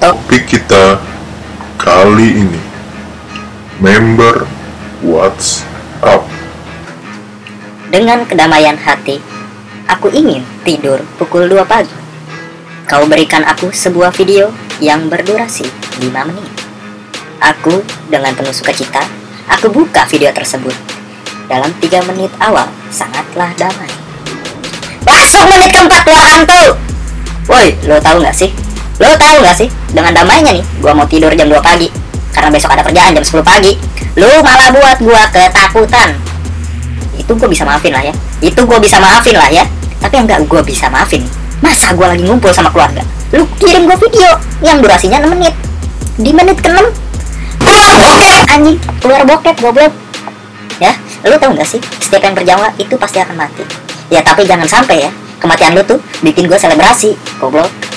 Topik kita kali ini, member WhatsApp. Dengan kedamaian hati, aku ingin tidur pukul 2 pagi. Kau berikan aku sebuah video yang berdurasi 5 menit. Aku dengan penuh sukacita, aku buka video tersebut. Dalam 3 menit awal, sangatlah damai. Masuk menit keempat lo hantu! Woi, lo tahu gak sih? Dengan damainya nih, gua mau tidur jam 2 pagi karena besok ada kerjaan jam 10 pagi. Lu malah buat gua ketakutan. Itu gua bisa maafin lah ya. Tapi enggak gua bisa maafin. Masa gua lagi ngumpul sama keluarga, lu kirim gua video yang durasinya 6 menit. Di menit ke-6 anjing, keluar bokep goblok. Ya, lu tahu gak sih? Setiap yang berjawab itu pasti akan mati. Ya tapi jangan sampai ya, kematian lu tuh bikin gua selebrasi, goblok.